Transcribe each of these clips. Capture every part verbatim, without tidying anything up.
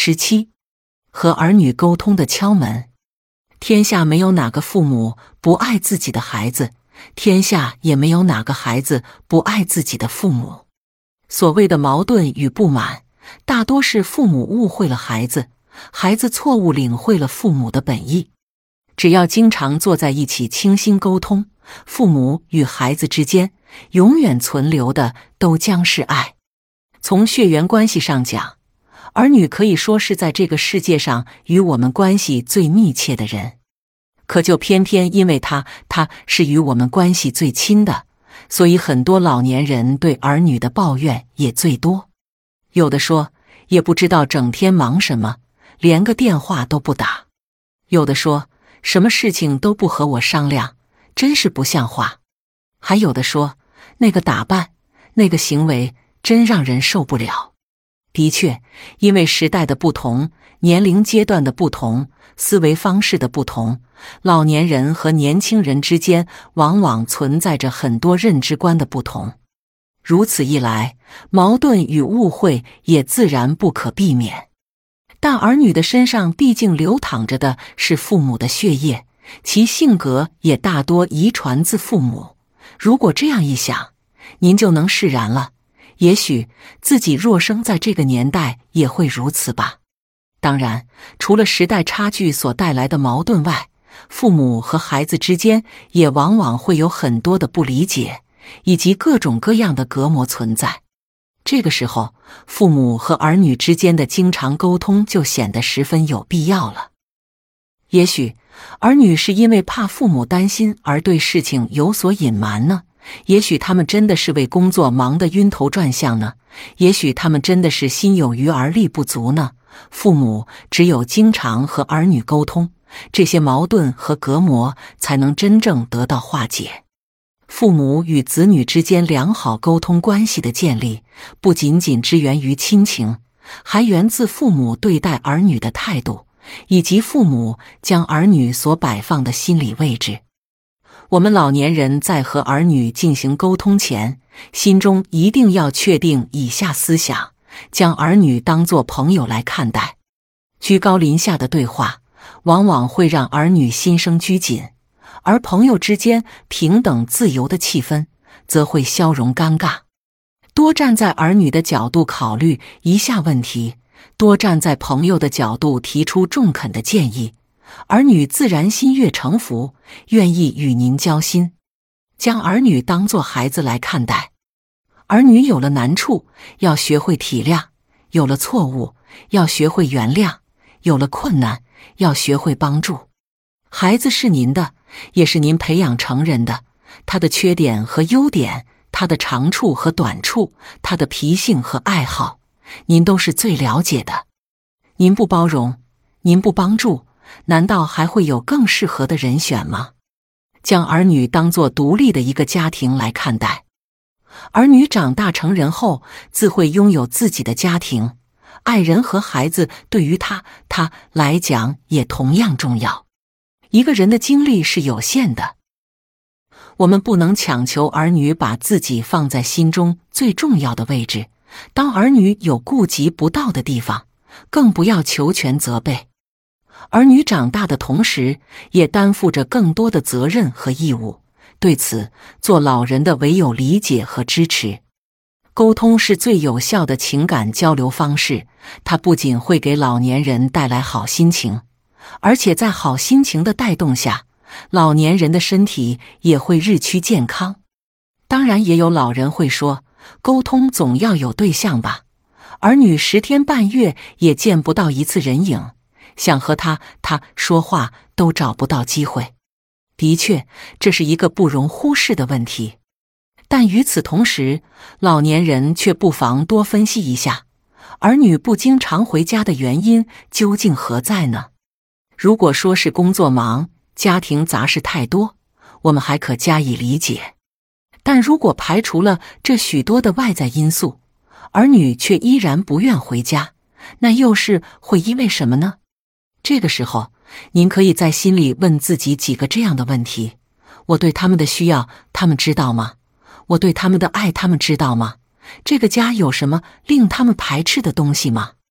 十七，和儿女沟通的敲门。天下没有哪个父母不爱自己的孩子，天下也没有哪个孩子不爱自己的父母。所谓的矛盾与不满，大多是父母误会了孩子，孩子错误领会了父母的本意。只要经常坐在一起倾心沟通，父母与孩子之间永远存留的都将是爱。从血缘关系上讲，儿女可以说是在这个世界上与我们关系最密切的人，可就偏偏因为他他是与我们关系最亲的，所以很多老年人对儿女的抱怨也最多。有的说也不知道整天忙什么，连个电话都不打；有的说什么事情都不和我商量，真是不像话；还有的说那个打扮，那个行为真让人受不了。的确，因为时代的不同，年龄阶段的不同，思维方式的不同，老年人和年轻人之间往往存在着很多认知观的不同。如此一来，矛盾与误会也自然不可避免。但儿女的身上毕竟流淌着的是父母的血液，其性格也大多遗传自父母。如果这样一想，您就能释然了。也许自己若生在这个年代也会如此吧。当然，除了时代差距所带来的矛盾外，父母和孩子之间也往往会有很多的不理解，以及各种各样的隔膜存在。这个时候，父母和儿女之间的经常沟通就显得十分有必要了。也许儿女是因为怕父母担心而对事情有所隐瞒呢，也许他们真的是为工作忙得晕头转向呢，也许他们真的是心有余而力不足呢。父母只有经常和儿女沟通，这些矛盾和隔膜才能真正得到化解。父母与子女之间良好沟通关系的建立，不仅仅之源于亲情，还源自父母对待儿女的态度，以及父母将儿女所摆放的心理位置。我们老年人在和儿女进行沟通前，心中一定要确定以下思想，将儿女当作朋友来看待。居高临下的对话往往会让儿女心生拘谨，而朋友之间平等自由的气氛则会消融尴尬。多站在儿女的角度考虑一下问题，多站在朋友的角度提出中肯的建议，儿女自然心悦诚服，愿意与您交心。将儿女当作孩子来看待，儿女有了难处，要学会体谅；有了错误，要学会原谅；有了困难，要学会帮助。孩子是您的，也是您培养成人的，他的缺点和优点，他的长处和短处，他的脾性和爱好，您都是最了解的。您不包容，您不帮助，难道还会有更适合的人选吗？将儿女当作独立的一个家庭来看待。儿女长大成人后，自会拥有自己的家庭，爱人和孩子对于他他来讲也同样重要。一个人的精力是有限的，我们不能强求儿女把自己放在心中最重要的位置，当儿女有顾及不到的地方，更不要求全责备。儿女长大的同时，也担负着更多的责任和义务，对此，做老人的唯有理解和支持。沟通是最有效的情感交流方式，它不仅会给老年人带来好心情，而且在好心情的带动下，老年人的身体也会日趋健康。当然，也有老人会说，沟通总要有对象吧，儿女十天半月也见不到一次人影，想和他他说话都找不到机会。的确，这是一个不容忽视的问题。但与此同时，老年人却不妨多分析一下，儿女不经常回家的原因究竟何在呢？如果说是工作忙，家庭杂事太多，我们还可加以理解。但如果排除了这许多的外在因素，儿女却依然不愿回家，那又是会因为什么呢？这个时候，您可以在心里问自己几个这样的问题：我对他们的需要，他们知道吗？我对他们的爱，他们知道吗？这个家有什么令他们排斥的东西吗？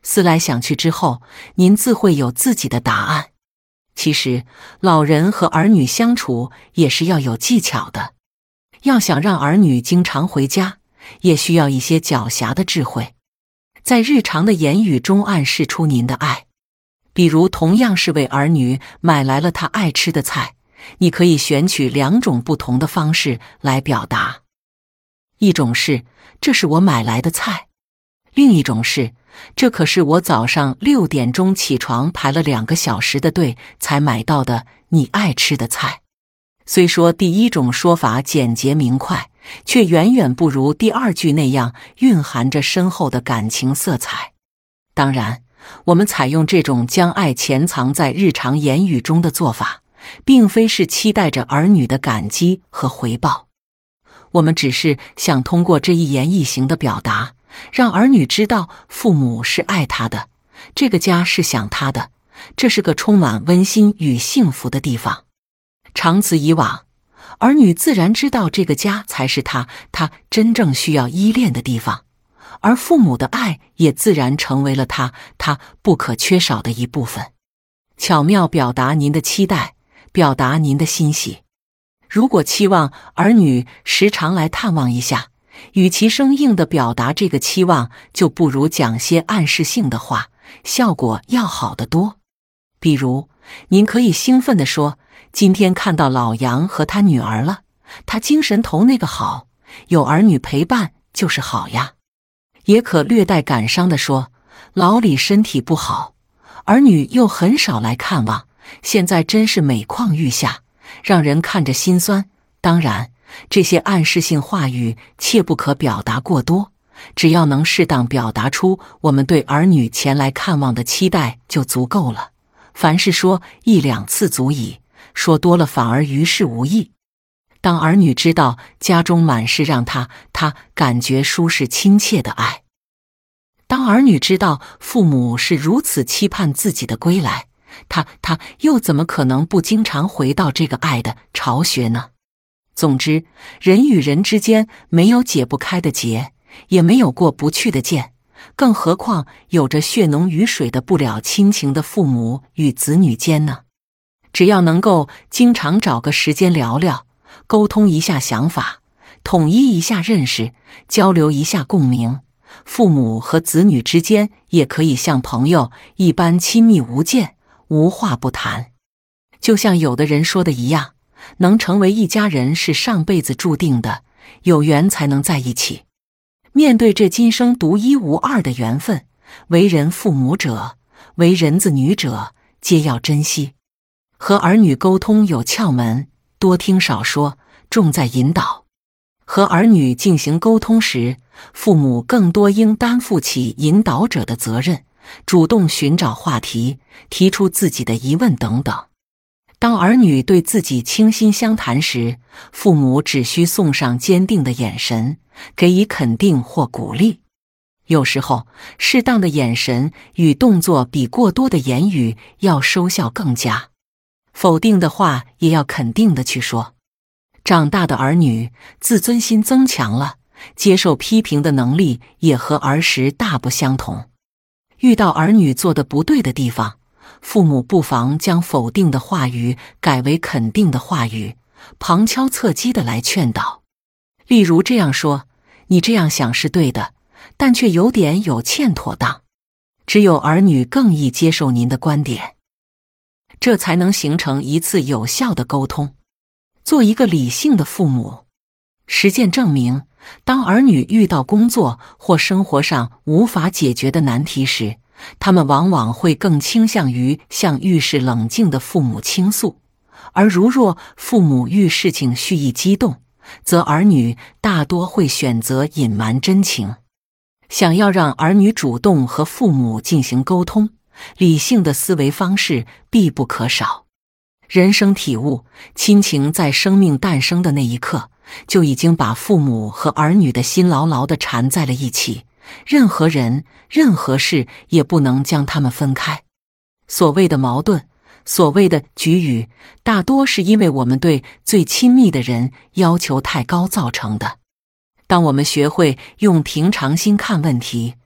思来想去之后，您自会有自己的答案。其实，老人和儿女相处也是要有技巧的。要想让儿女经常回家，也需要一些狡黠的智慧，在日常的言语中暗示出您的爱。比如，同样是为儿女买来了他爱吃的菜，你可以选取两种不同的方式来表达。一种是，这是我买来的菜；另一种是，这可是我早上六点钟起床排了两个小时的队才买到的你爱吃的菜。虽说第一种说法简洁明快，却远远不如第二句那样蕴含着深厚的感情色彩。当然，我们采用这种将爱潜藏在日常言语中的做法，并非是期待着儿女的感激和回报。我们只是想通过这一言一行的表达，让儿女知道父母是爱他的，这个家是想他的，这是个充满温馨与幸福的地方。长此以往，儿女自然知道这个家才是他他真正需要依恋的地方，而父母的爱也自然成为了他他不可缺少的一部分。巧妙表达您的期待，表达您的欣喜。如果期望儿女时常来探望一下，与其生硬地表达这个期望，就不如讲些暗示性的话，效果要好得多。比如，您可以兴奋地说，今天看到老杨和他女儿了，他精神头那个好，有儿女陪伴就是好呀。也可略带感伤地说，老李身体不好，儿女又很少来看望，现在真是每况愈下，让人看着心酸。当然，这些暗示性话语切不可表达过多，只要能适当表达出我们对儿女前来看望的期待就足够了。凡事说一两次足矣，说多了反而于事无益。当儿女知道家中满是让他他感觉舒适亲切的爱，当儿女知道父母是如此期盼自己的归来，他他又怎么可能不经常回到这个爱的巢穴呢？总之，人与人之间没有解不开的结，也没有过不去的剑，更何况有着血浓于水的不了亲情的父母与子女间呢？只要能够经常找个时间聊聊，沟通一下想法，统一一下认识，交流一下共鸣，父母和子女之间也可以像朋友一般亲密无间，无话不谈。就像有的人说的一样，能成为一家人是上辈子注定的，有缘才能在一起。面对这今生独一无二的缘分，为人父母者，为人子女者，皆要珍惜。和儿女沟通有窍门，多听少说，重在引导。和儿女进行沟通时，父母更多应担负起引导者的责任，主动寻找话题，提出自己的疑问等等。当儿女对自己倾心相谈时，父母只需送上坚定的眼神，给予肯定或鼓励。有时候，适当的眼神与动作比过多的言语要收效更佳。否定的话也要肯定的去说。长大的儿女自尊心增强了，接受批评的能力也和儿时大不相同。遇到儿女做的不对的地方，父母不妨将否定的话语改为肯定的话语，旁敲侧击的来劝导。例如这样说，你这样想是对的，但却有点有欠妥当。只有儿女更易接受您的观点，这才能形成一次有效的沟通。做一个理性的父母。实践证明，当儿女遇到工作或生活上无法解决的难题时，他们往往会更倾向于向遇事冷静的父母倾诉，而如若父母遇事情蓄意激动，则儿女大多会选择隐瞒真情。想要让儿女主动和父母进行沟通，理性的思维方式必不可少。人生体悟，亲情在生命诞生的那一刻，就已经把父母和儿女的心牢牢地缠在了一起，任何人、任何事也不能将他们分开。所谓的矛盾，所谓的局龉，大多是因为我们对最亲密的人要求太高造成的。当我们学会用平常心看问题，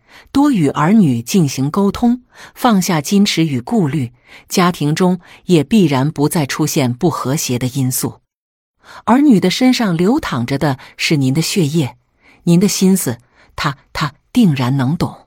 多与儿女进行沟通，放下矜持与顾虑，家庭中也必然不再出现不和谐的因素。儿女的身上流淌着的是您的血液，您的心思，他他定然能懂。